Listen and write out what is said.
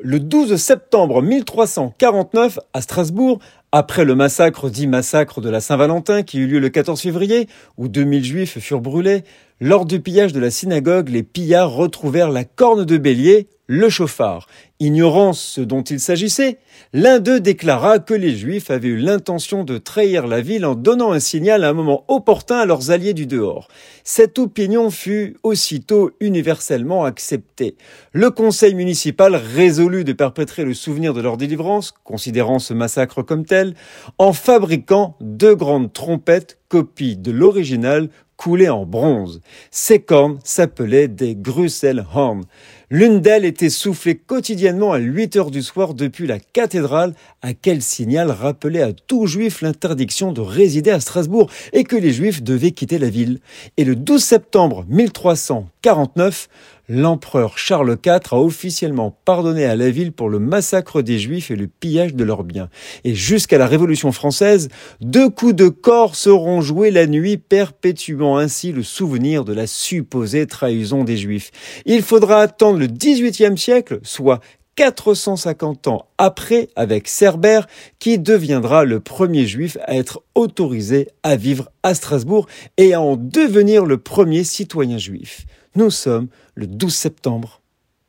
Le 12 septembre 1349, à Strasbourg, après le massacre dit massacre de la Saint-Valentin qui eut lieu le 14 février, où 2000 juifs furent brûlés, lors du pillage de la synagogue, les pillards retrouvèrent la corne de bélier, le chauffard. Ignorant ce dont il s'agissait, l'un d'eux déclara que les Juifs avaient eu l'intention de trahir la ville en donnant un signal à un moment opportun à leurs alliés du dehors. Cette opinion fut aussitôt universellement acceptée. Le conseil municipal résolut de perpétrer le souvenir de leur délivrance, considérant ce massacre comme tel, en fabriquant 2 grandes trompettes, copies de l'original, coulées en bronze. Ces cornes s'appelaient des Grüsselhorn. L'une d'elles était soufflée quotidiennement à 8 heures du soir depuis la cathédrale, à quel signal rappelait à tout juif l'interdiction de résider à Strasbourg et que les juifs devaient quitter la ville. Et le 12 septembre 1349, l'empereur Charles IV a officiellement pardonné à la ville pour le massacre des Juifs et le pillage de leurs biens. Et jusqu'à la Révolution française, 2 coups de cor seront joués la nuit, perpétuant ainsi le souvenir de la supposée trahison des Juifs. Il faudra attendre le XVIIIe siècle, soit 450 ans après, avec Cerbère, qui deviendra le premier juif à être autorisé à vivre à Strasbourg et à en devenir le premier citoyen juif. Nous sommes le 12 septembre